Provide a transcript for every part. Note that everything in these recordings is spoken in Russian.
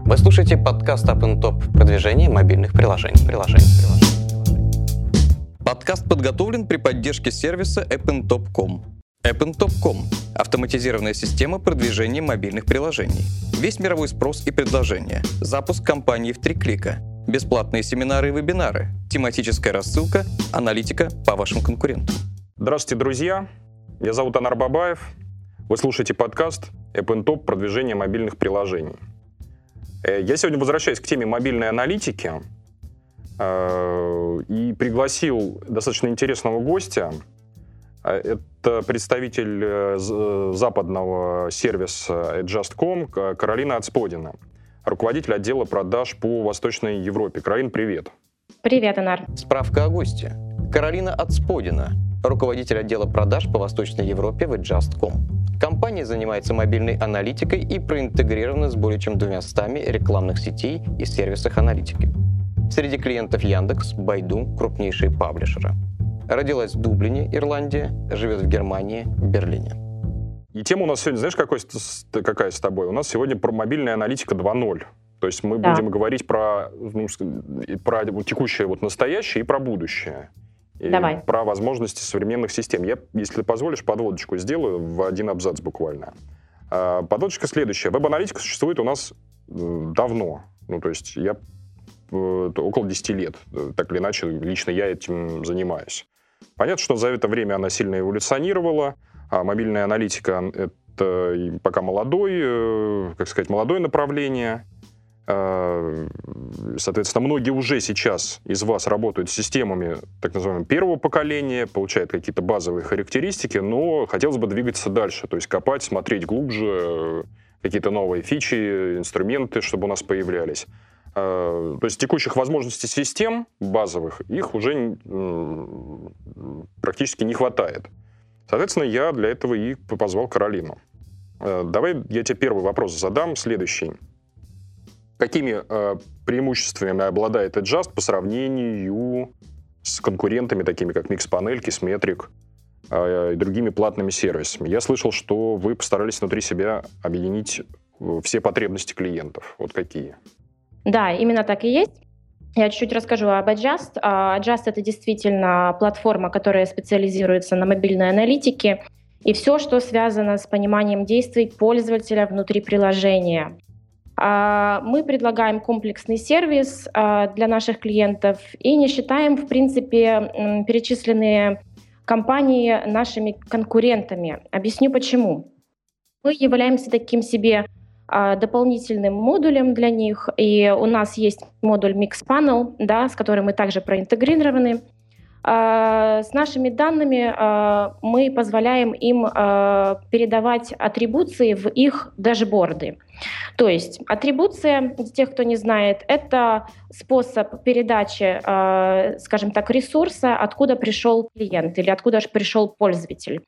Вы слушаете подкаст Up & Top продвижение мобильных приложений. Подкаст подготовлен при поддержке сервиса appntop.com. appntop.com – автоматизированная система продвижения мобильных приложений. Весь мировой спрос и предложения. Запуск кампании в 3 клика. Бесплатные семинары и вебинары. Тематическая рассылка, аналитика по вашим конкурентам. Здравствуйте, друзья. Меня зовут Анар Бабаев. Вы слушаете подкаст appntop продвижение мобильных приложений. Я сегодня возвращаюсь к теме мобильной аналитики и пригласил достаточно интересного гостя. Это представитель западного сервиса Adjust.com Каролина Ацподина, руководитель отдела продаж по Восточной Европе. Каролин, привет. Привет, Анар. Справка о госте. Каролина Ацподина, руководитель отдела продаж по Восточной Европе в Adjust.com. Компания занимается мобильной аналитикой и проинтегрирована с более чем 200 рекламных сетей и сервисах аналитики. Среди клиентов Яндекс, Байду, крупнейшие паблишеры. Родилась в Дублине, Ирландия, живет в Германии, Берлине. И тема у нас сегодня, знаешь, какая с тобой? У нас сегодня про мобильная аналитика 2.0. То есть мы будем говорить про текущее, настоящее и про будущее. Давай. Про возможности современных систем. Я, если позволишь, подводочку сделаю в один абзац буквально. Подводочка следующая. Веб-аналитика существует у нас давно. То есть около 10 лет. Так или иначе, лично я этим занимаюсь. Понятно, что за это время она сильно эволюционировала. А мобильная аналитика — это пока молодое направление. Соответственно, многие уже сейчас из вас работают с системами так называемого первого поколения, получают какие-то базовые характеристики, но хотелось бы двигаться дальше, то есть копать, смотреть глубже, какие-то новые фичи, инструменты, чтобы у нас появлялись. То есть текущих возможностей систем базовых, их уже практически не хватает. Соответственно, я для этого и позвал Каролину. Давай я тебе первый вопрос задам, следующий. Какими преимуществами обладает Adjust по сравнению с конкурентами, такими как Mixpanel, Kissmetric и другими платными сервисами? Я слышал, что вы постарались внутри себя объединить все потребности клиентов. Вот какие? Да, именно так и есть. Я чуть-чуть расскажу об Adjust. Adjust — это действительно платформа, которая специализируется на мобильной аналитике и все, что связано с пониманием действий пользователя внутри приложения. Мы предлагаем комплексный сервис для наших клиентов и не считаем, в принципе, перечисленные компании нашими конкурентами. Объясню почему. Мы являемся таким себе дополнительным модулем для них, и у нас есть модуль Mixpanel, с которым мы также проинтегрированы. С нашими данными мы позволяем им передавать атрибуции в их дашборды. То есть атрибуция, для тех, кто не знает, это способ передачи, скажем так, ресурса, откуда пришел клиент или откуда же пришел пользователь.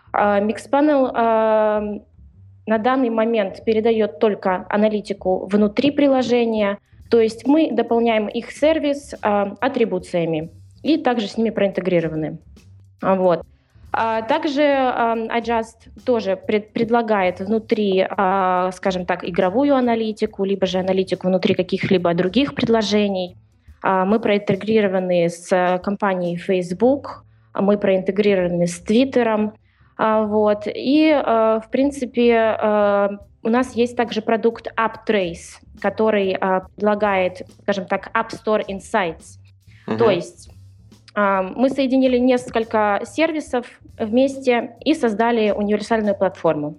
Mixpanel на данный момент передает только аналитику внутри приложения, то есть мы дополняем их сервис атрибуциями и также с ними проинтегрированы. Вот. Также Adjust тоже предлагает внутри, скажем так, игровую аналитику, либо же аналитику внутри каких-либо других предложений. Мы проинтегрированы с компанией Facebook, мы проинтегрированы с Twitter. Вот. И, в принципе, у нас есть также продукт AppTrace, который предлагает, скажем так, App Store Insights. То есть мы соединили несколько сервисов вместе и создали универсальную платформу.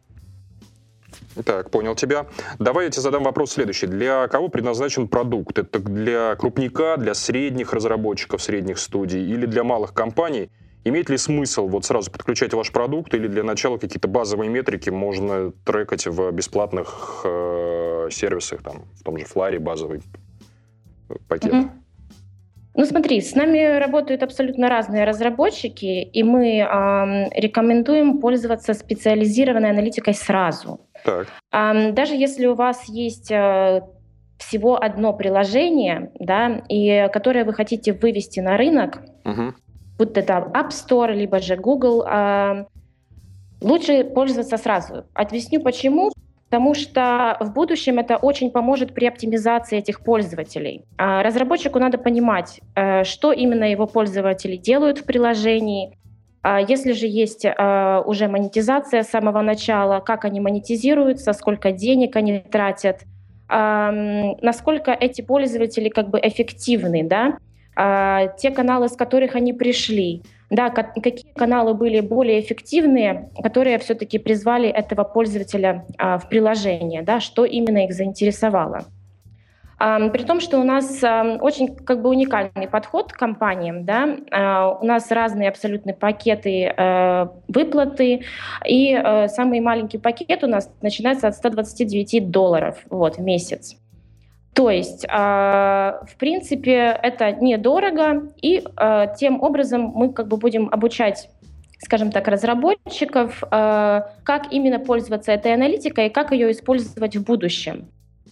Так, понял тебя. Давай я тебе задам вопрос следующий. Для кого предназначен продукт? Это для крупника, для средних разработчиков, средних студий или для малых компаний? Имеет ли смысл сразу подключать ваш продукт или для начала какие-то базовые метрики можно трекать в бесплатных сервисах, в том же Flare базовый пакет? Смотри, с нами работают абсолютно разные разработчики, и мы рекомендуем пользоваться специализированной аналитикой сразу. Так. Даже если у вас есть всего одно приложение, и которое вы хотите вывести на рынок, будь это App Store, либо же Google, лучше пользоваться сразу. Объясню почему. потому что в будущем это очень поможет при оптимизации этих пользователей. Разработчику надо понимать, что именно его пользователи делают в приложении. Если же есть уже монетизация с самого начала, как они монетизируются, сколько денег они тратят, насколько эти пользователи как бы эффективны, да? Те каналы, с которых они пришли, да, какие каналы были более эффективные, которые все-таки призвали этого пользователя в приложение, да, что именно их заинтересовало. При том, что у нас очень как бы уникальный подход к компаниям, да, у нас разные абсолютно пакеты выплаты, и самый маленький пакет у нас начинается от $129 в месяц. То есть, в принципе, это недорого, и тем образом мы как бы будем обучать, скажем так, разработчиков, как именно пользоваться этой аналитикой и как ее использовать в будущем.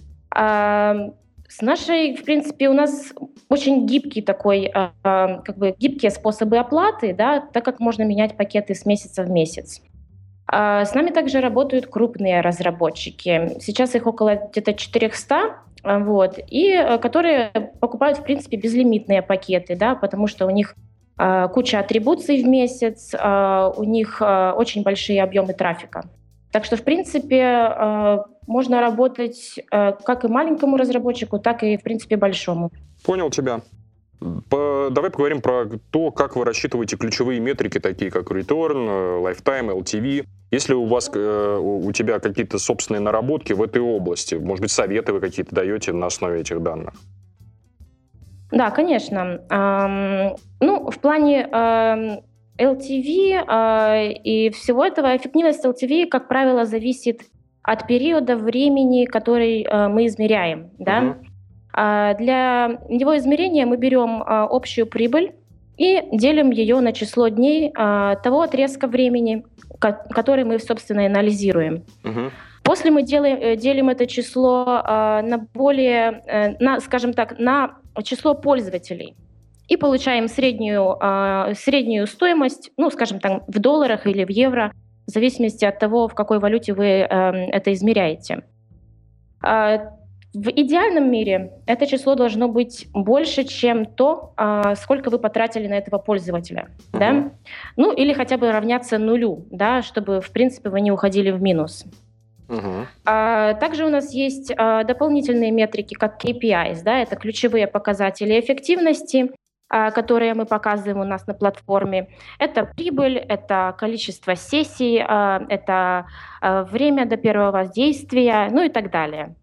С нашей, в принципе, у нас очень гибкий такой, как бы гибкие способы оплаты, да, так как можно менять пакеты с месяца в месяц. С нами также работают крупные разработчики. Сейчас их около где-то 400, и которые покупают, в принципе, безлимитные пакеты, да, потому что у них куча атрибуций в месяц, у них очень большие объемы трафика. Так что, в принципе, можно работать как и маленькому разработчику, так и, в принципе, большому. Понял тебя. Давай поговорим про то, как вы рассчитываете ключевые метрики, такие как return, lifetime, LTV. Есть ли у тебя какие-то собственные наработки в этой области? Может быть, советы вы какие-то даете на основе этих данных? Да, конечно. В плане LTV и всего этого, эффективность LTV, как правило, зависит от периода времени, который мы измеряем. Да? Для его измерения мы берем общую прибыль и делим ее на число дней того отрезка времени, который мы, собственно, анализируем. После мы делим это число скажем так, на число пользователей и получаем среднюю стоимость, скажем так, в долларах или в евро, в зависимости от того, в какой валюте вы это измеряете. В идеальном мире это число должно быть больше, чем то, сколько вы потратили на этого пользователя. Да? Или хотя бы равняться нулю, да, чтобы, в принципе, вы не уходили в минус. Также у нас есть дополнительные метрики, как KPIs, да, это ключевые показатели эффективности, которые мы показываем у нас на платформе. Это прибыль, это количество сессий, это время до первого действия, и так далее.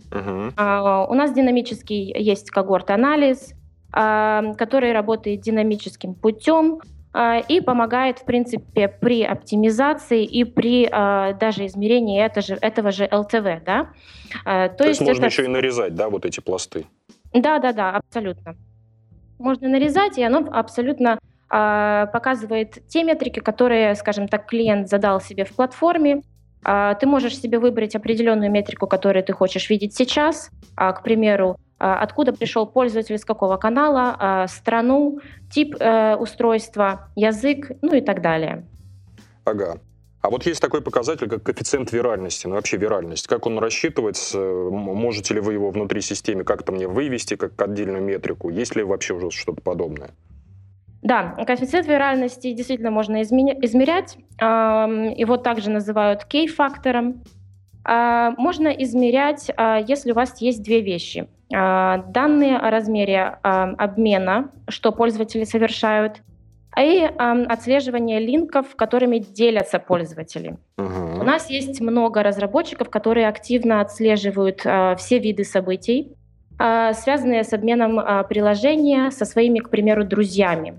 У нас динамический есть когорт-анализ, который работает динамическим путем и помогает, в принципе, при оптимизации и при даже измерении этого же LTV. Да? То есть можно еще и нарезать, да, вот эти пласты? Да, абсолютно. Можно нарезать, и оно абсолютно показывает те метрики, которые, скажем так, клиент задал себе в платформе. Ты можешь себе выбрать определенную метрику, которую ты хочешь видеть сейчас. К примеру, откуда пришел пользователь, с какого канала, страну, тип устройства, язык, и так далее. Ага. А вот есть такой показатель, как коэффициент виральности, вообще виральность. Как он рассчитывается? Можете ли вы его внутри системы как-то мне вывести, как отдельную метрику? Есть ли вообще уже что-то подобное? Да, коэффициент виральности действительно можно измерять. Его также называют K-фактором. Можно измерять, если у вас есть две вещи. Данные о размере обмена, что пользователи совершают, и отслеживание линков, которыми делятся пользователи. У нас есть много разработчиков, которые активно отслеживают все виды событий, связанные с обменом приложения со своими, к примеру, друзьями.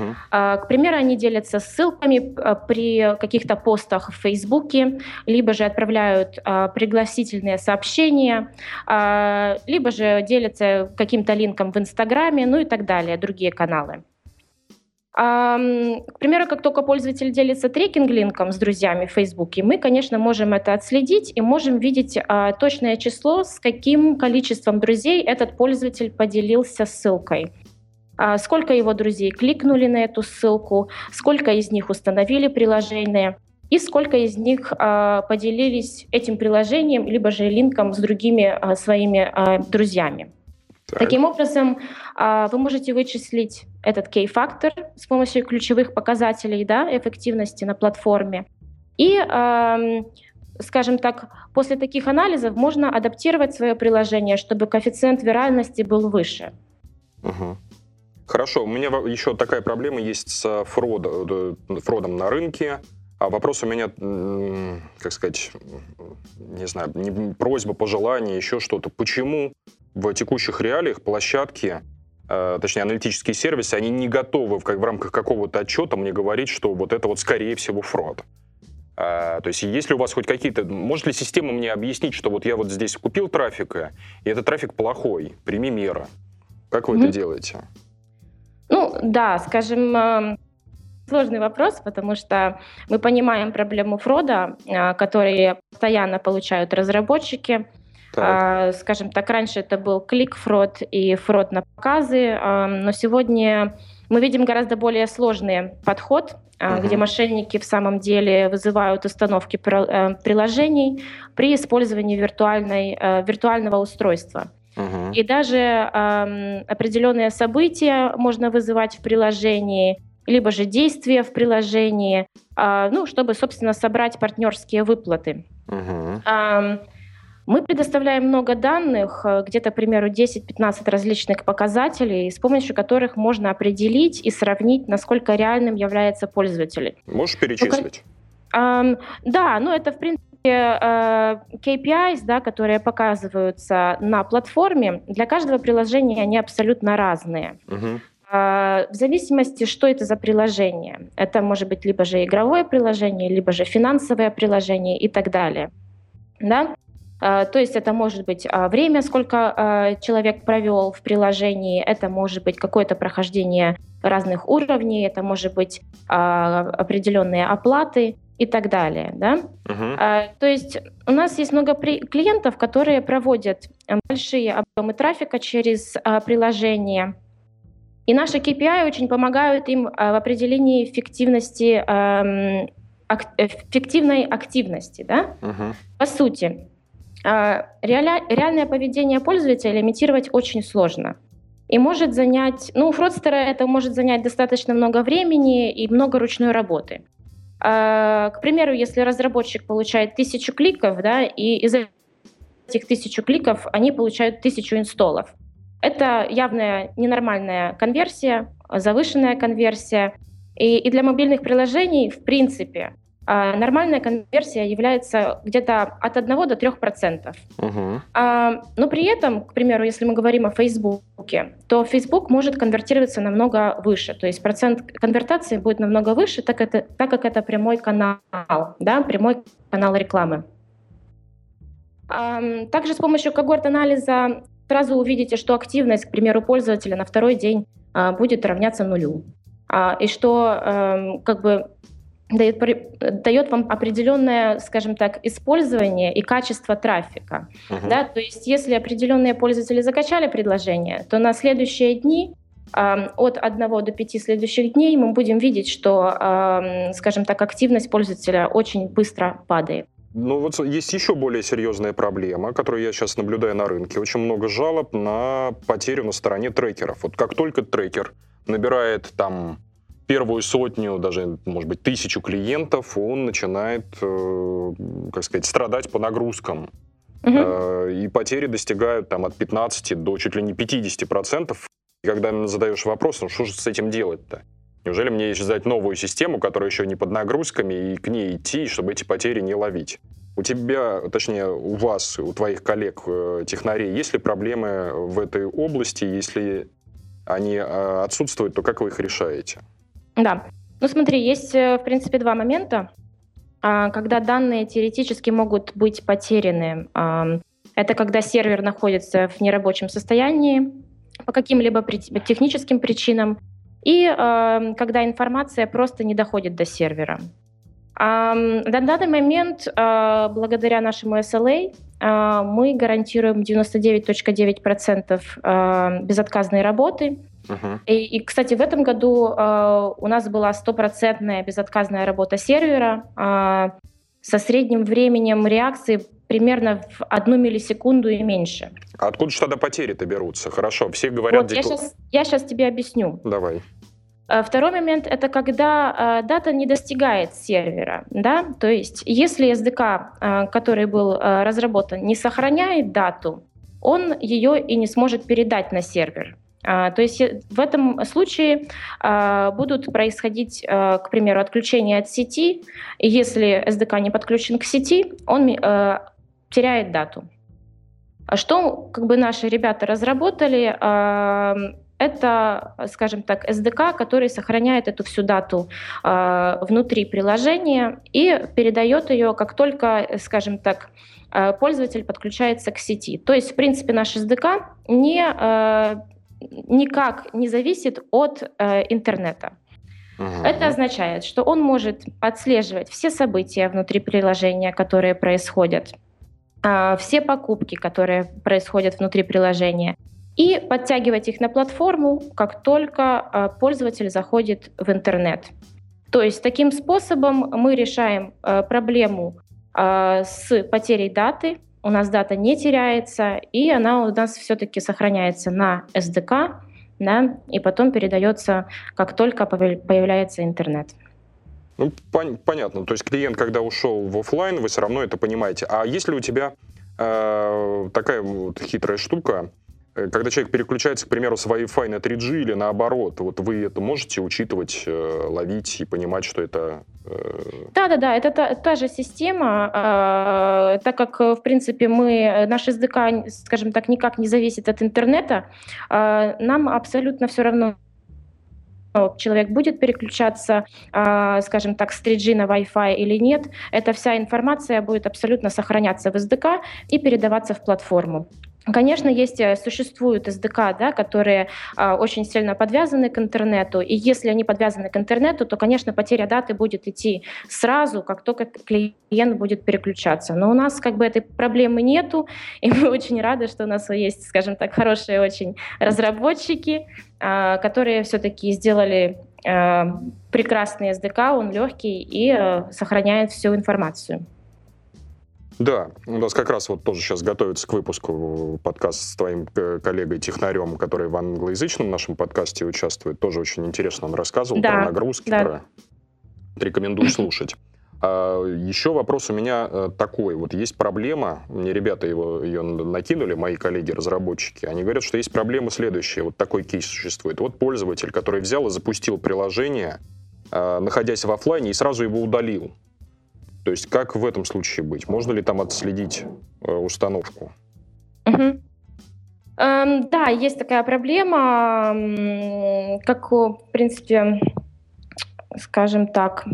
К примеру, они делятся ссылками при каких-то постах в Фейсбуке, либо же отправляют пригласительные сообщения, либо же делятся каким-то линком в Инстаграме, и так далее, другие каналы. К примеру, как только пользователь делится трекинг-линком с друзьями в Фейсбуке, мы, конечно, можем это отследить и можем видеть точное число, с каким количеством друзей этот пользователь поделился ссылкой. Сколько его друзей кликнули на эту ссылку, сколько из них установили приложение. и сколько из них поделились этим приложением, либо же линком с другими своими друзьями. Так. Таким образом, вы можете вычислить этот кей-фактор с помощью ключевых показателей, да, эффективности на платформе. И, скажем так, после таких анализов можно адаптировать свое приложение, чтобы коэффициент виральности был выше. Угу. Хорошо, у меня еще такая проблема есть с фродом на рынке. А вопрос у меня, как сказать, не знаю, просьба, пожелание, еще что-то. Почему в текущих реалиях площадки, точнее, аналитические сервисы, они не готовы в рамках какого-то отчета мне говорить, что вот это вот скорее всего фрод? То есть если у вас хоть какие-то... Может ли система мне объяснить, что вот я вот здесь купил трафика, и этот трафик плохой, прими меры? Как вы это делаете? Ну, да, скажем... Сложный вопрос, потому что мы понимаем проблему фрода, который постоянно получают разработчики. Скажем так, раньше это был клик-фрод и фрод на показы, но сегодня мы видим гораздо более сложный подход, где мошенники в самом деле вызывают установки приложений при использовании виртуального устройства. И даже определенные события можно вызывать в приложении, либо же действия в приложении, чтобы, собственно, собрать партнерские выплаты. Мы предоставляем много данных, где-то, к примеру, 10-15 различных показателей, с помощью которых можно определить и сравнить, насколько реальным является пользователь. Можешь перечислить? Да, это, в принципе, KPIs, да, которые показываются на платформе. Для каждого приложения они абсолютно разные. В зависимости, что это за приложение. Это может быть либо же игровое приложение, либо же финансовое приложение и так далее. Да? То есть это может быть время, сколько человек провел в приложении, это может быть какое-то прохождение разных уровней, это может быть определенные оплаты и так далее. Да? То есть у нас есть много клиентов, которые проводят большие объемы трафика через приложение. И наши KPI очень помогают им в определении эффективной активности. Да? По сути, реальное поведение пользователя имитировать очень сложно. И может занять, у фродстера это может занять достаточно много времени и много ручной работы. К примеру, если разработчик получает 1000 кликов, да, и из этих 1000 кликов они получают 1000 инсталлов. Это явная ненормальная конверсия, завышенная конверсия. И для мобильных приложений, в принципе, нормальная конверсия является где-то от 1 до 3%. Но при этом, к примеру, если мы говорим о Фейсбуке, то Facebook может конвертироваться намного выше. То есть процент конвертации будет намного выше, так как это прямой канал, да, прямой канал рекламы. Также с помощью когорт-анализа сразу увидите, что активность, к примеру, пользователя на второй день будет равняться нулю. И что дает вам определенное, скажем так, использование и качество трафика. Да? То есть если определенные пользователи закачали предложение, то на следующие дни, от 1 до 5 следующих дней, мы будем видеть, что, скажем так, активность пользователя очень быстро падает. Вот есть еще более серьезная проблема, которую я сейчас наблюдаю на рынке. Очень много жалоб на потерю на стороне трекеров. Вот как только трекер набирает там первую сотню, даже, может быть, 1000 клиентов, он начинает, страдать по нагрузкам. И потери достигают там от 15 до чуть ли не 50%. И когда задаешь вопрос, что же с этим делать-то? Неужели мне создать новую систему, которая еще не под нагрузками, и к ней идти, чтобы эти потери не ловить? У тебя, точнее, у вас, у твоих коллег, технарей, есть ли проблемы в этой области? Если они отсутствуют, то как вы их решаете? Да. Смотри, есть, в принципе, два момента, когда данные теоретически могут быть потеряны. Это когда сервер находится в нерабочем состоянии по каким-либо техническим причинам, и когда информация просто не доходит до сервера. На данный момент, благодаря нашему SLA, мы гарантируем 99.9% безотказной работы. И, кстати, в этом году у нас была 100% безотказная работа сервера со средним временем реакции примерно в 1 миллисекунду и меньше. А откуда же тогда потери-то берутся? Хорошо, все говорят... Вот, я сейчас тебе объясню. Давай. Второй момент — это когда дата не достигает сервера. Да? То есть если SDK, который был разработан, не сохраняет дату, он ее и не сможет передать на сервер. То есть в этом случае будут происходить, к примеру, отключения от сети. И если SDK не подключен к сети, он теряет дату. Что наши ребята разработали? Это, скажем так, SDK, который сохраняет эту всю дату внутри приложения и передает ее, как только, скажем так, пользователь подключается к сети. То есть, в принципе, наш SDK никак не зависит от интернета. Это означает, что он может отслеживать все события внутри приложения, которые происходят, все покупки, которые происходят внутри приложения, и подтягивать их на платформу, как только пользователь заходит в интернет. То есть таким способом мы решаем проблему с потерей даты. У нас дата не теряется, и она у нас все-таки сохраняется на SDK, да, и потом передается, как только появляется интернет. Ну, понятно. То есть клиент, когда ушел в офлайн, вы все равно это понимаете. А есть ли у тебя такая вот хитрая штука, когда человек переключается, к примеру, с Wi-Fi на 3G или наоборот, вот вы это можете учитывать, ловить и понимать, что это... Да, это та же система, так как, в принципе, наш SDK, скажем так, никак не зависит от интернета, нам абсолютно все равно, человек будет переключаться, скажем так, с 3G на Wi-Fi или нет. Эта вся информация будет абсолютно сохраняться в SDK и передаваться в платформу. Конечно, существуют SDK, да, которые очень сильно подвязаны к интернету, и если они подвязаны к интернету, то, конечно, потеря даты будет идти сразу, как только клиент будет переключаться. Но у нас этой проблемы нету, и мы очень рады, что у нас есть, скажем так, хорошие очень разработчики, которые все-таки сделали прекрасный SDK, он легкий и сохраняет всю информацию. Да, у нас как раз вот тоже сейчас готовится к выпуску подкаст с твоим коллегой-технарем, который в англоязычном нашем подкасте участвует. Тоже очень интересно он рассказывал про нагрузки. Рекомендую слушать. Еще вопрос у меня такой. Вот есть проблема, мне ребята ее накинули, мои коллеги-разработчики. Они говорят, что есть проблема следующая. Вот такой кейс существует. Вот пользователь, который взял и запустил приложение, находясь в офлайне, и сразу его удалил. То есть как в этом случае быть? Можно ли там отследить установку? Да, есть такая проблема, как, в принципе, скажем так,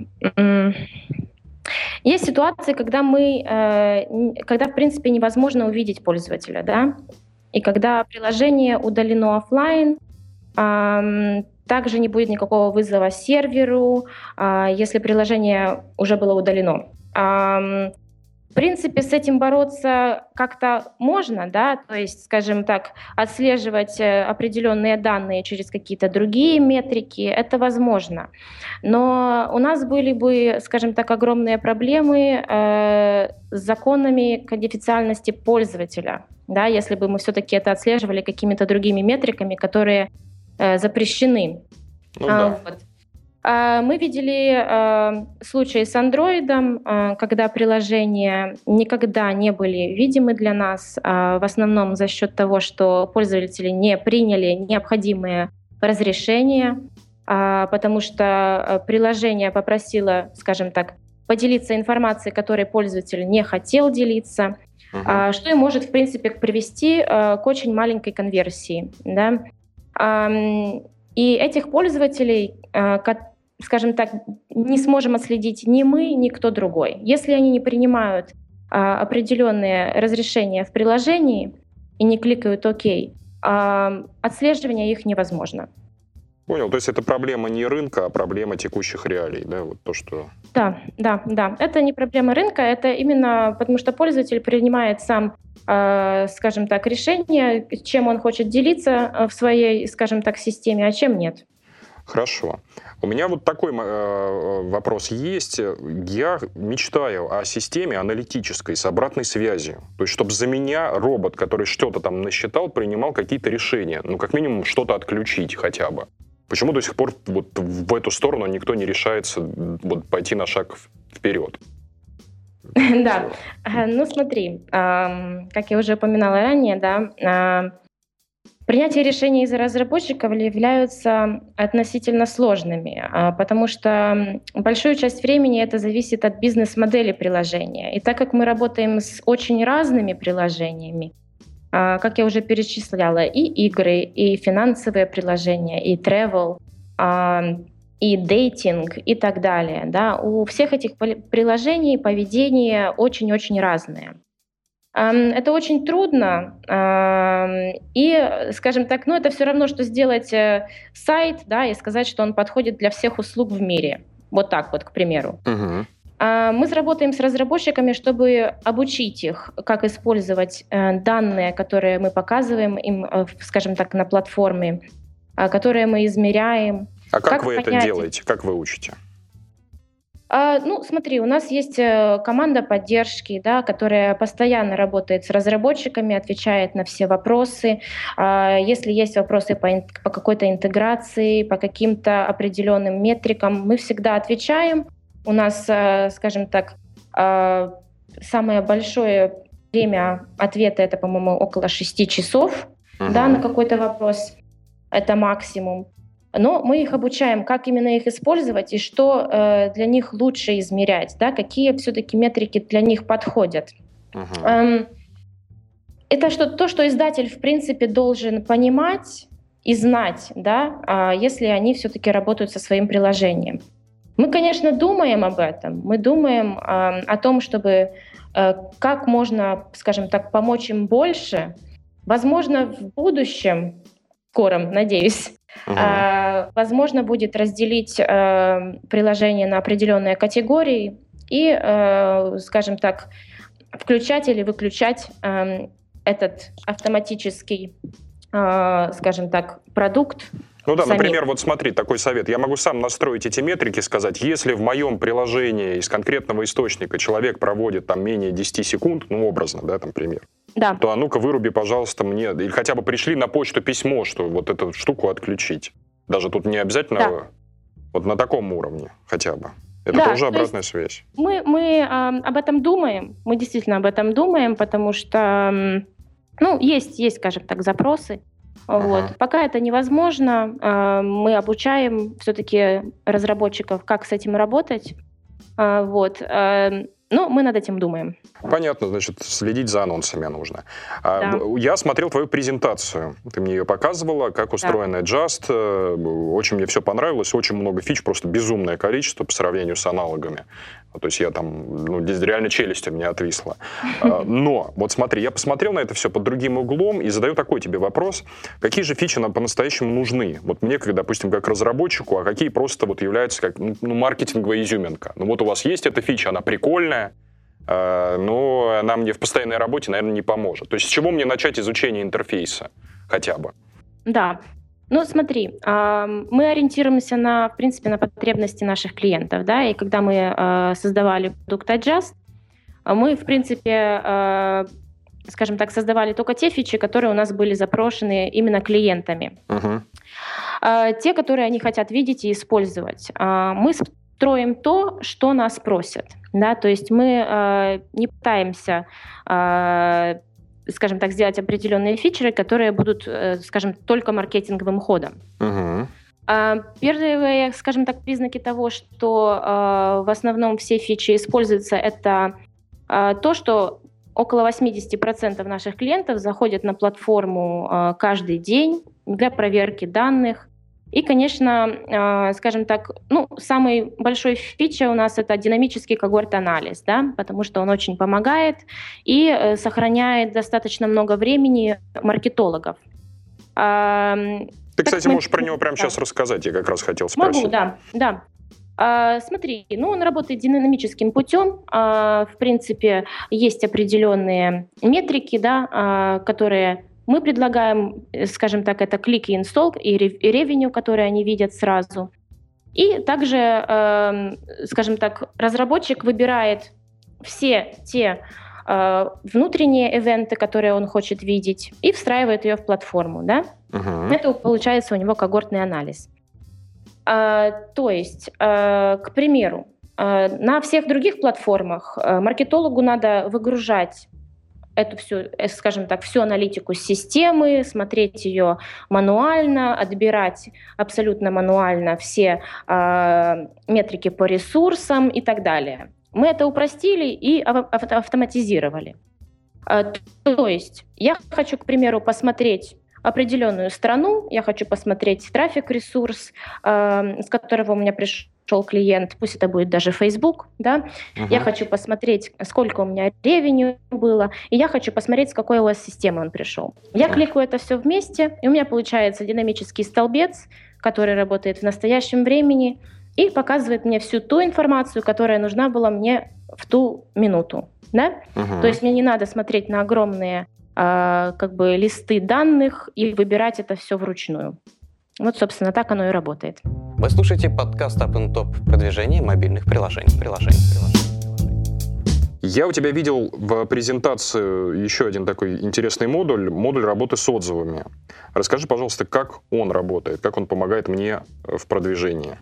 есть ситуации, когда в принципе, невозможно увидеть пользователя, да, и когда приложение удалено офлайн, также не будет никакого вызова серверу, если приложение уже было удалено. В принципе, с этим бороться как-то можно, да, то есть, скажем так, отслеживать определенные данные через какие-то другие метрики, это возможно. Но у нас были бы, скажем так, огромные проблемы с законами конфиденциальности пользователя, да, если бы мы все-таки это отслеживали какими-то другими метриками, которые запрещены. Вот. Мы видели случаи с Android, когда приложения никогда не были видимы для нас, в основном за счет того, что пользователи не приняли необходимые разрешения, потому что приложение попросило, скажем так, поделиться информацией, которой пользователь не хотел делиться, что и может, в принципе, привести к очень маленькой конверсии. Да? И этих пользователей, скажем так, не сможем отследить ни мы, ни кто другой. Если они не принимают определенные разрешения в приложении и не кликают «Ок», отслеживание их невозможно. Понял, то есть это проблема не рынка, а проблема текущих реалий, да, вот то, что... Да. Это не проблема рынка, это именно потому, что пользователь принимает сам, скажем так, решение, чем он хочет делиться в своей, скажем так, системе, а чем нет. Хорошо. У меня вот такой вопрос есть. Я мечтаю о системе аналитической с обратной связью. То есть, чтобы за меня робот, который что-то там насчитал, принимал какие-то решения. Ну, как минимум, что-то отключить хотя бы. Почему до сих пор вот в эту сторону никто не решается вот пойти на шаг вперед? Да, ну смотри, как я уже упоминала ранее, да, принятие решений из-за разработчиков являются относительно сложными, потому что большую часть времени это зависит от бизнес-модели приложения. И так как мы работаем с очень разными приложениями, как я уже перечисляла, и игры, и финансовые приложения, и travel, и дейтинг, и так далее. Да? У всех этих приложений поведение очень-очень разное. Это очень трудно, и, скажем так, ну, это все равно, что сделать сайт, да, и сказать, что он подходит для всех услуг в мире. Вот так вот, к примеру. Мы сработаем с разработчиками, чтобы обучить их, как использовать данные, которые мы показываем им, скажем так, на платформе, которые мы измеряем. А как вы это делаете? Как вы учите? Ну, смотри, у нас есть команда поддержки, да, которая постоянно работает с разработчиками, отвечает на все вопросы. Если есть вопросы по какой-то интеграции, по каким-то определенным метрикам, мы всегда отвечаем. У нас, скажем так, самое большое время ответа — это, по-моему, около 6 часов, да, на какой-то вопрос. Это максимум. Но мы их обучаем, как именно их использовать и что для них лучше измерять, да, какие все-таки метрики для них подходят. Это то, что издатель, в принципе, должен понимать и знать, да, если они все-таки работают со своим приложением. Мы, конечно, думаем об этом. Мы думаем о том, чтобы как можно, скажем так, помочь им больше. Возможно, в будущем, скором, надеюсь, возможно будет разделить приложение на определенные категории и, скажем так, включать или выключать этот автоматический, скажем так, продукт. Ну да, например, вот смотри, такой совет. Я могу сам настроить эти метрики, сказать, если в моем приложении из конкретного источника человек проводит там менее 10 секунд, ну образно, да, там пример, да, то а ну-ка выруби, пожалуйста, мне, или хотя бы пришли на почту письмо, что вот эту штуку отключить. Даже тут не обязательно вот на таком уровне хотя бы. Это тоже обратная связь. Мы об этом думаем, мы действительно об этом думаем, потому что, ну, есть, скажем так, запросы. Вот. Пока это невозможно, мы обучаем все-таки разработчиков, как с этим работать. Вот. Но мы над этим думаем. Понятно, значит, следить за анонсами нужно. Да. Я смотрел твою презентацию. Ты мне ее показывала, как устроен Adjust. Очень мне все понравилось. Очень много фич, просто безумное количество по сравнению с аналогами. То есть я там, ну, реально челюсть у меня отвисла. Но, вот смотри, я посмотрел на это все под другим углом и задаю такой тебе вопрос. Какие же фичи нам по-настоящему нужны? Вот мне, допустим, как разработчику, а какие просто вот являются как маркетинговая изюминка? Ну вот у вас есть эта фича, она прикольная, но она мне в постоянной работе, наверное, не поможет. То есть с чего мне начать изучение интерфейса хотя бы? Да. Ну, смотри, мы ориентируемся в принципе, на потребности наших клиентов, да, и когда мы создавали продукт Adjust, мы, в принципе, скажем так, создавали только те фичи, которые у нас были запрошены именно клиентами. Те, которые они хотят видеть и использовать. Мы строим то, что нас просят, да, то есть мы не пытаемся скажем так, сделать определенные фичеры, которые будут, скажем, только маркетинговым ходом. Первые, скажем так, признаки того, что в основном все фичи используются, это то, что около 80% наших клиентов заходят на платформу каждый день для проверки данных. И, конечно, скажем так, ну, самый большой фича у нас — это динамический когорт-анализ, да, потому что он очень помогает и сохраняет достаточно много времени маркетологов. То Ты, кстати, можешь про него прямо сейчас рассказать, я как раз хотел спросить. Могу, да. Смотри, он работает динамическим путем. В принципе, есть определенные метрики, да, которые мы предлагаем, скажем так, это клик и инсталл, и ревеню, которые они видят сразу. И также, скажем так, разработчик выбирает все те внутренние ивенты, которые он хочет видеть, и встраивает ее в платформу. Да? Это получается у него когортный анализ. То есть, к примеру, на всех других платформах маркетологу надо выгружать эту всю, скажем так, всю аналитику с системы, смотреть ее мануально, отбирать абсолютно мануально все метрики по ресурсам и так далее. Мы это упростили и автоматизировали. То есть я хочу, к примеру, посмотреть определенную страну, я хочу посмотреть трафик-ресурс, с которого у меня пришел клиент, пусть это будет даже Facebook, да? Я хочу посмотреть, сколько у меня ревеню было, и я хочу посмотреть, с какой у вас системы он пришел. Я кликаю это все вместе, и у меня получается динамический столбец, который работает в настоящем времени и показывает мне всю ту информацию, которая нужна была мне в ту минуту. Да? То есть мне не надо смотреть на огромные листы данных и выбирать это все вручную. Вот, собственно, так оно и работает. Вы слушаете подкаст Up and Top продвижение мобильных приложений. Я у тебя видел в презентации еще один такой интересный модуль работы с отзывами. Расскажи, пожалуйста, как он работает, как он помогает мне в продвижении.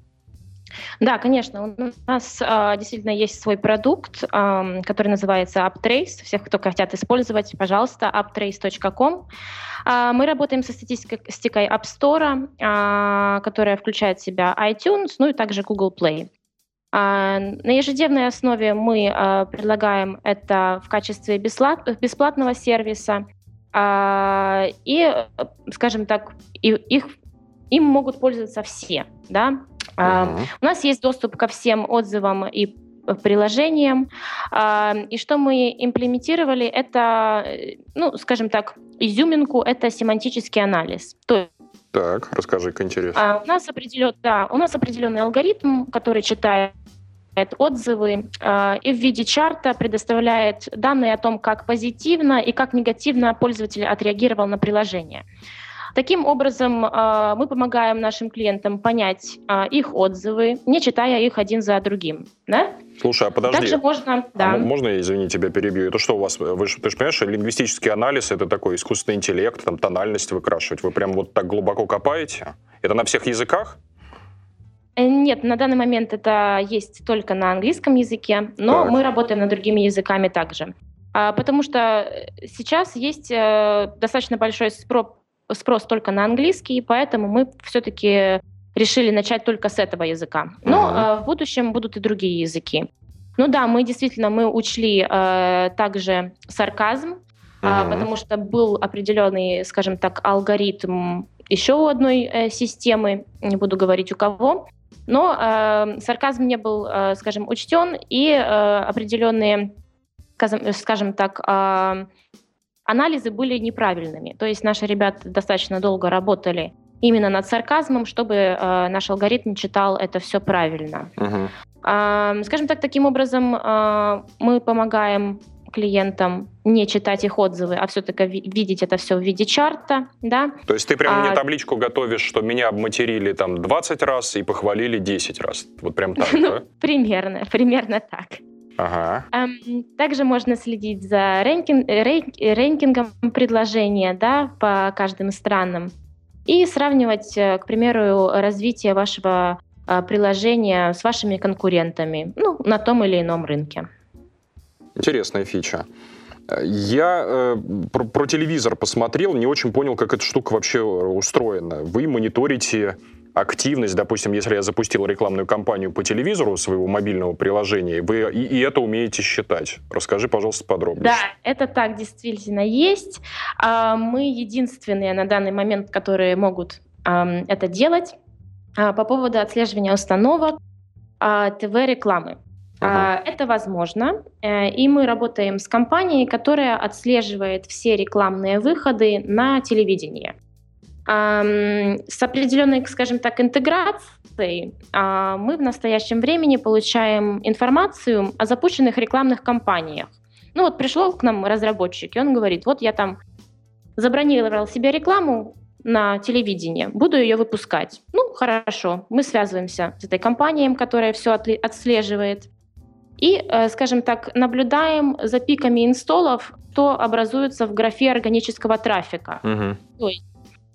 Да, конечно. У нас действительно есть свой продукт, который называется UpTrace. Всех, кто хотят использовать, пожалуйста, uptrace.com. Мы работаем со статистикой App Store, которая включает в себя iTunes, ну и также Google Play. На ежедневной основе мы предлагаем это в качестве бесплатного сервиса. И, скажем так, им могут пользоваться все, да. У нас есть доступ ко всем отзывам и приложениям. И что мы имплементировали, это, скажем так, изюминку, это семантический анализ. Так, расскажи-ка, интересно. У нас определенный алгоритм, который читает отзывы и в виде чарта предоставляет данные о том, как позитивно и как негативно пользователь отреагировал на приложение. Таким образом, мы помогаем нашим клиентам понять их отзывы, не читая их один за другим. Да? Слушай, а подожди. Также можно... Да. Можно я, извини, тебя перебью? Это что у вас? Ты же понимаешь, лингвистический анализ — это такой искусственный интеллект, там тональность выкрашивать. Вы прям вот так глубоко копаете? Это на всех языках? Нет, на данный момент это есть только на английском языке, но мы работаем над другими языками также. Потому что сейчас есть достаточно большой спрос только на английский, поэтому мы все-таки решили начать только с этого языка. Но в будущем будут и другие языки. Ну да, мы учли также сарказм, потому что был определенный, скажем так, алгоритм еще у одной системы, не буду говорить у кого, но сарказм не был, скажем, учтен, и определенные, скажем так, анализы были неправильными. То есть наши ребята достаточно долго работали именно над сарказмом, чтобы наш алгоритм читал это все правильно. Скажем так, таким образом мы помогаем клиентам не читать их отзывы, а все-таки видеть это все в виде чарта. Да? То есть ты прям мне табличку готовишь, что меня обматерили там 20 раз и похвалили 10 раз. Вот прям так, да? Примерно так. Ага. Также можно следить за рэнкингом предложения, да, по каждым странам и сравнивать, к примеру, развитие вашего приложения с вашими конкурентами, на том или ином рынке. Интересная фича. Я про телевизор посмотрел, не очень понял, как эта штука вообще устроена. Вы мониторите активность, допустим, если я запустил рекламную кампанию по телевизору своего мобильного приложения, вы и это умеете считать. Расскажи, пожалуйста, подробнее. Да, это так действительно есть. Мы единственные на данный момент, которые могут это делать по поводу отслеживания установок ТВ-рекламы. Это возможно, и мы работаем с компанией, которая отслеживает все рекламные выходы на телевидении. С определенной, скажем так, интеграцией мы в настоящем времени получаем информацию о запущенных рекламных кампаниях. Ну вот пришел к нам разработчик, и он говорит, вот я там забронировал себе рекламу на телевидении, буду ее выпускать. Ну, хорошо, мы связываемся с этой компанией, которая все отслеживает, и, скажем так, наблюдаем за пиками инсталлов, что образуется в графе органического трафика. То есть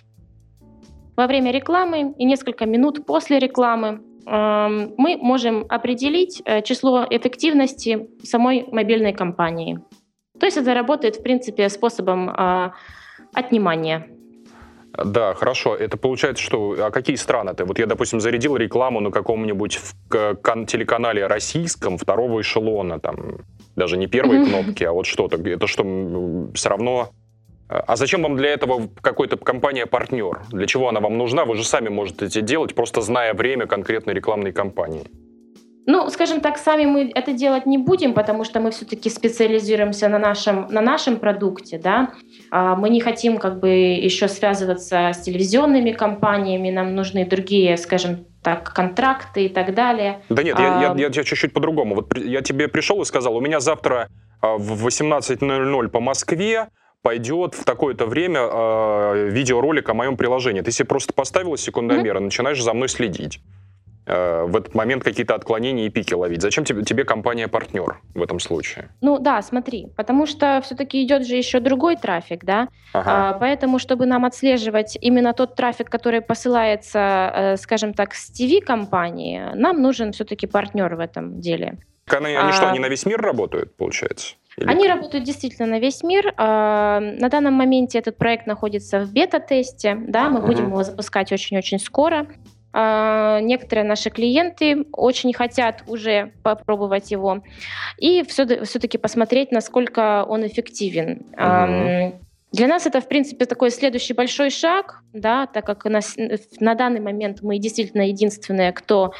во время рекламы и несколько минут после рекламы мы можем определить число эффективности самой мобильной кампании. То есть это работает, в принципе, способом отнимания. Да, хорошо. Это получается, что... А какие страны-то? Вот я, допустим, зарядил рекламу на каком-нибудь телеканале российском второго эшелона, там, даже не первой кнопки, а вот что-то. Это что, все равно... А зачем вам для этого какая-то компания-партнер? Для чего она вам нужна? Вы же сами можете это делать, просто зная время конкретной рекламной кампании. Ну, скажем так, сами мы это делать не будем, потому что мы все-таки специализируемся на нашем продукте, да. Мы не хотим как бы еще связываться с телевизионными компаниями, нам нужны другие, скажем так, контракты и так далее. Да нет, я чуть-чуть по-другому. Вот я тебе пришел и сказал, у меня завтра в 18:00 по Москве пойдет в такое-то время видеоролик о моем приложении. Ты себе просто поставила секундомер и начинаешь за мной следить. В этот момент какие-то отклонения и пики ловить. Зачем тебе компания-партнер в этом случае? Ну да, смотри, потому что все-таки идет же еще другой трафик, да, поэтому, чтобы нам отслеживать именно тот трафик, который посылается, скажем так, с ТВ-компании, нам нужен все-таки партнер в этом деле. Они что, они на весь мир работают, получается? Они работают действительно на весь мир. На данном моменте этот проект находится в бета-тесте, да, мы будем его запускать очень-очень скоро. Некоторые наши клиенты очень хотят уже попробовать его и все-таки посмотреть, насколько он эффективен. Для нас это, в принципе, такой следующий большой шаг, да, так как на данный момент мы действительно единственные, кто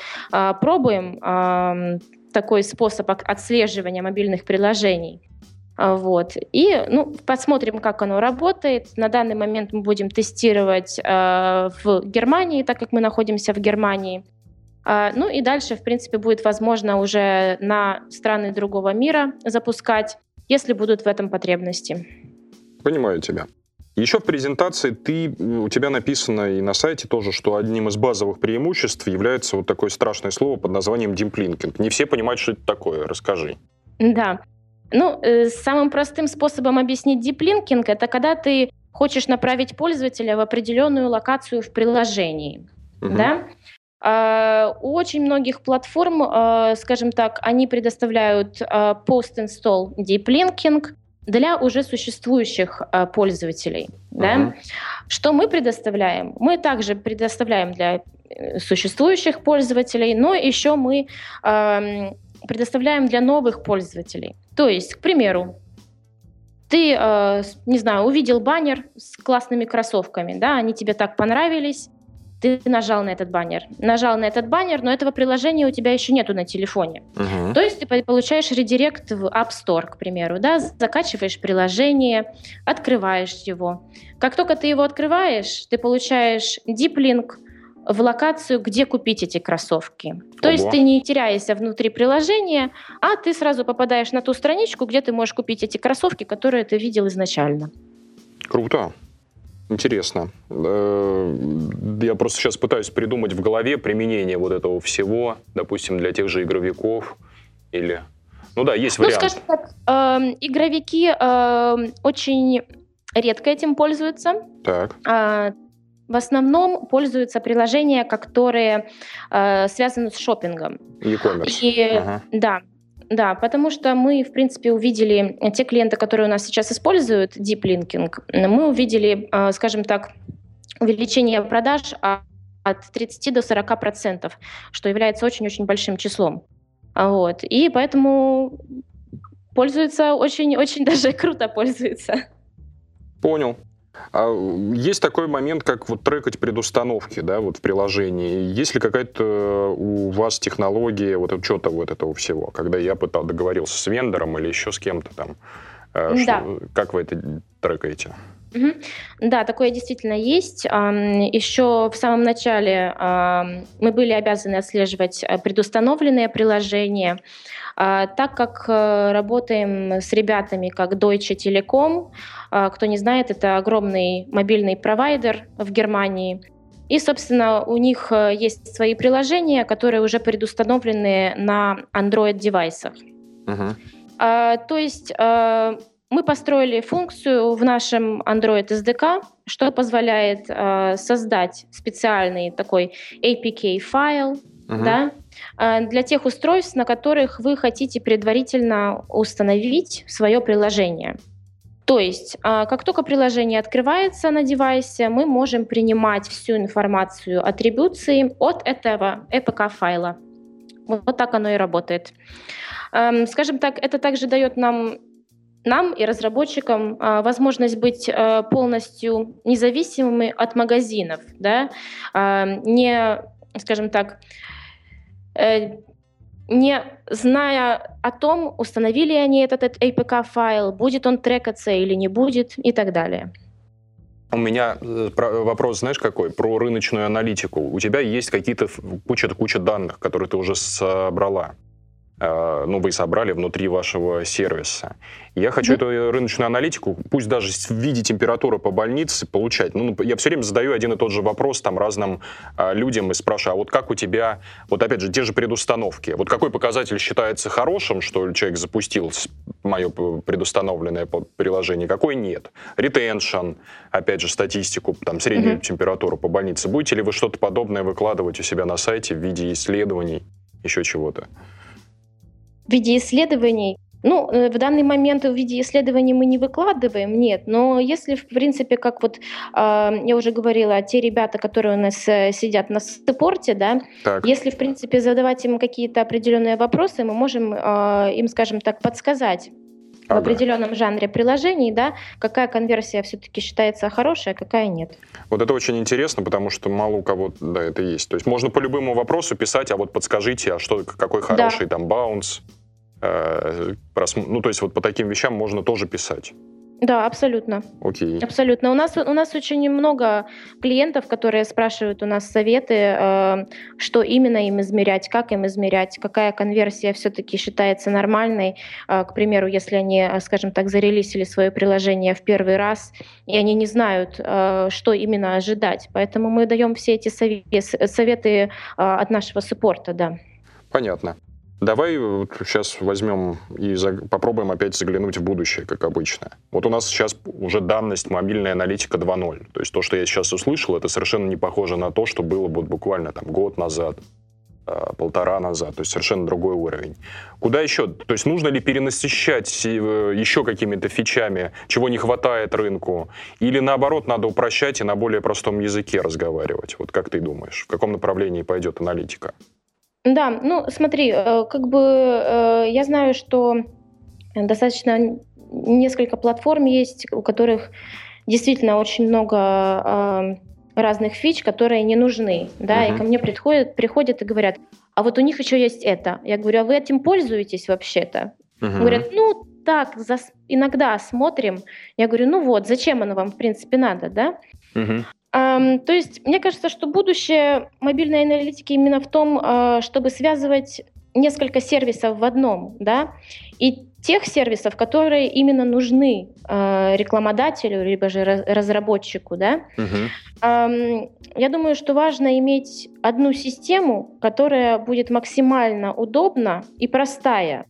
пробуем такой способ отслеживания мобильных приложений. Вот. И посмотрим, как оно работает. На данный момент мы будем тестировать в Германии, так как мы находимся в Германии. И дальше, в принципе, будет возможно уже на страны другого мира запускать, если будут в этом потребности. Понимаю тебя. Еще в презентации у тебя написано и на сайте тоже, что одним из базовых преимуществ является вот такое страшное слово под названием дипlinking. Не все понимают, что это такое. Расскажи. Да. Самым простым способом объяснить диплинкинг — это когда ты хочешь направить пользователя в определенную локацию в приложении. Да? У очень многих платформ, скажем так, они предоставляют post-install deep-linking для уже существующих пользователей. Да? Что мы предоставляем? Мы также предоставляем для существующих пользователей, но еще мы предоставляем для новых пользователей. То есть, к примеру, ты, увидел баннер с классными кроссовками, да, они тебе так понравились, ты нажал на этот баннер, но этого приложения у тебя еще нету на телефоне. То есть ты получаешь редирект в App Store, к примеру, да, закачиваешь приложение, открываешь его. Как только ты его открываешь, ты получаешь deep link в локацию, где купить эти кроссовки. То есть ты не теряешься внутри приложения, а ты сразу попадаешь на ту страничку, где ты можешь купить эти кроссовки, которые ты видел изначально. Круто. Интересно. Я просто сейчас пытаюсь придумать в голове применение вот этого всего, допустим, для тех же игровиков или... есть вариант. Скажем так, игровики очень редко этим пользуются. Так. В основном пользуются приложения, которые связаны с шопингом. E-commerce. Да, потому что мы, в принципе, увидели, те клиенты, которые у нас сейчас используют deep linking, мы увидели, скажем так, увеличение продаж от 30 до 40%, что является очень-очень большим числом. Вот. И поэтому пользуются очень-очень даже круто пользуются. Понял. Есть такой момент, как вот трекать предустановки, да, вот в приложении. Есть ли какая-то у вас технология вот учета вот этого всего, когда я договорился с вендором или еще с кем-то там? Да. Как вы это трекаете? Мгм. Да, такое действительно есть. Еще в самом начале мы были обязаны отслеживать предустановленные приложения. Так как работаем с ребятами, как Deutsche Telekom, кто не знает, это огромный мобильный провайдер в Германии. И, собственно, у них есть свои приложения, которые уже предустановлены на Android-девайсах. Мгм. То есть мы построили функцию в нашем Android SDK, что позволяет создать специальный такой APK-файл, Мгм. да, для тех устройств, на которых вы хотите предварительно установить свое приложение. То есть, как только приложение открывается на девайсе, мы можем принимать всю информацию атрибуции от этого APK-файла. Вот так оно и работает. Скажем так, это также дает нам и разработчикам возможность быть полностью независимыми от магазинов, да, не, скажем так, не зная о том, установили они этот APK-файл, будет он трекаться или не будет и так далее. У меня вопрос, знаешь, какой? Про рыночную аналитику. У тебя есть какие-то куча данных, которые ты уже собрала. Вы собрали внутри вашего сервиса. Я хочу эту рыночную аналитику, пусть даже в виде температуры по больнице, получать. Я все время задаю один и тот же вопрос разным людям и спрашиваю, а вот как у тебя, вот опять же, те же предустановки, вот какой показатель считается хорошим, что человек запустил мое предустановленное приложение, какой нет? Ретеншн, опять же, статистику, среднюю температуру по больнице. Будете ли вы что-то подобное выкладывать у себя на сайте в виде исследований, еще чего-то? В виде исследований? В данный момент в виде исследований мы не выкладываем, нет. Но если, в принципе, как я уже говорила, те ребята, которые у нас сидят на саппорте, да, если, в принципе, задавать им какие-то определенные вопросы, мы можем им, скажем так, подсказать в определенном жанре приложений, да, какая конверсия все-таки считается хорошей, а какая нет. Вот это очень интересно, потому что мало у кого это есть. То есть можно по любому вопросу писать, а вот подскажите, какой хороший баунс. То есть по таким вещам можно тоже писать. Да, абсолютно. Окей. Абсолютно. У нас очень много клиентов, которые спрашивают у нас советы, что именно им измерять, как им измерять, какая конверсия все-таки считается нормальной. К примеру, если они, скажем так, зарелизили свое приложение в первый раз, и они не знают, что именно ожидать. Поэтому мы даем все эти советы от нашего саппорта, да. Понятно. Давай сейчас возьмем и попробуем опять заглянуть в будущее, как обычно. Вот у нас сейчас уже данность мобильная аналитика 2.0. То есть то, что я сейчас услышал, это совершенно не похоже на то, что было буквально год назад, полтора назад. То есть совершенно другой уровень. Куда еще? То есть нужно ли перенасыщать еще какими-то фичами, чего не хватает рынку? Или наоборот, надо упрощать и на более простом языке разговаривать? Вот как ты думаешь, в каком направлении пойдет аналитика? Да, смотри, я знаю, что достаточно несколько платформ есть, у которых действительно очень много разных фич, которые не нужны, да, и ко мне приходят и говорят, а вот у них еще есть это. Я говорю, а вы этим пользуетесь вообще-то? Говорят, так, иногда смотрим. Я говорю, зачем оно вам в принципе надо, да? То есть мне кажется, что будущее мобильной аналитики именно в том, чтобы связывать несколько сервисов в одном, да, и тех сервисов, которые именно нужны рекламодателю, либо же разработчику, да. Я думаю, что важно иметь одну систему, которая будет максимально удобна и простая.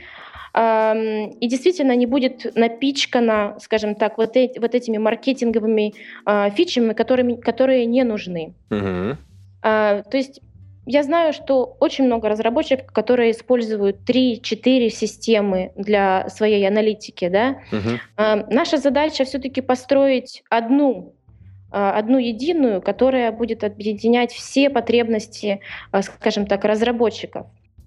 И действительно не будет напичкана, скажем так, вот этими маркетинговыми фичами, которые не нужны. То есть я знаю, что очень много разработчиков, которые используют 3-4 системы для своей аналитики. Да? Наша задача все-таки построить одну единую, которая будет объединять все потребности, скажем так, разработчиков.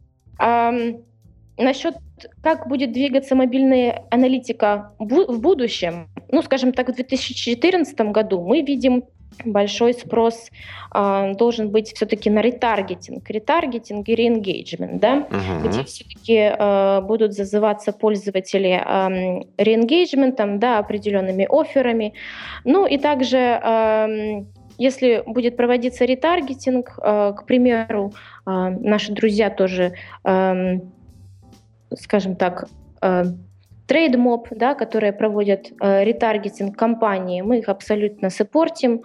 Насчет, как будет двигаться мобильная аналитика в будущем, скажем так, в 2014 году мы видим большой спрос должен быть все-таки на ретаргетинг и реэнгейджмент, да, где все-таки будут зазываться пользователи реэнгейджментом, да, определенными офферами. Ну и также, если будет проводиться ретаргетинг, к примеру, наши друзья тоже, скажем так, TradeMob, да, которые проводят ретаргетинг компании, мы их абсолютно саппортим.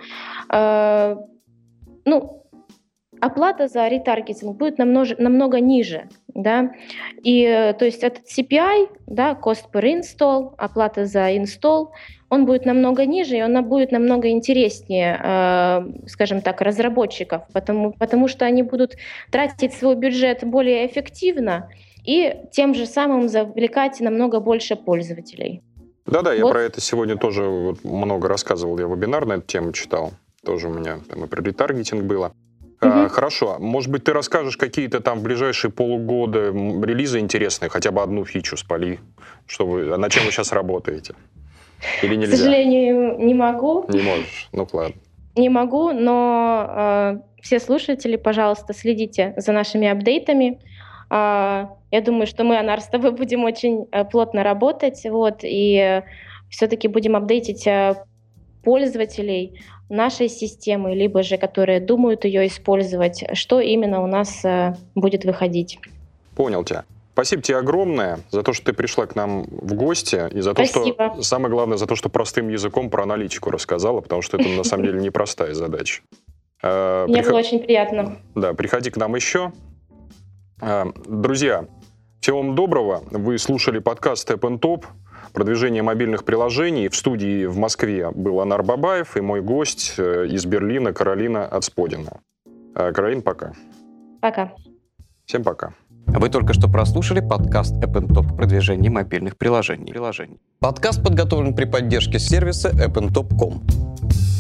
Оплата за ретаргетинг будет намного ниже, да, и то есть этот CPI, да, cost per install, оплата за install, он будет намного ниже, и он будет намного интереснее, скажем так, разработчиков, потому что они будут тратить свой бюджет более эффективно и тем же самым завлекать намного больше пользователей. Да-да, я про это сегодня тоже много рассказывал, я вебинар на эту тему читал, тоже у меня там и про ретаргетинг было. Хорошо, может быть, ты расскажешь какие-то там в ближайшие полугода релизы интересные, хотя бы одну фичу спали, над чем вы сейчас работаете? Или нельзя? К сожалению, не могу. Не можешь, ну ладно. Не могу, но все слушатели, пожалуйста, следите за нашими апдейтами. Я думаю, что мы, Анар, с тобой будем очень плотно работать, и все-таки будем апдейтить пользователей нашей системы, либо же которые думают ее использовать, что именно у нас будет выходить. Понял тебя. Спасибо тебе огромное за то, что ты пришла к нам в гости, и за то, что, самое главное, за то, что простым языком про аналитику рассказала, потому что это на самом деле непростая задача. Мне было очень приятно. Да, приходи к нам еще. Друзья, всего вам доброго. Вы слушали подкаст App & Top, продвижение мобильных приложений. В студии в Москве был Анар Бабаев и мой гость из Берлина Каролина Ацподина. Каролин, пока. Пока. Всем пока. Вы только что прослушали подкаст App & Top продвижение мобильных приложений. Подкаст подготовлен при поддержке сервиса appntop.com.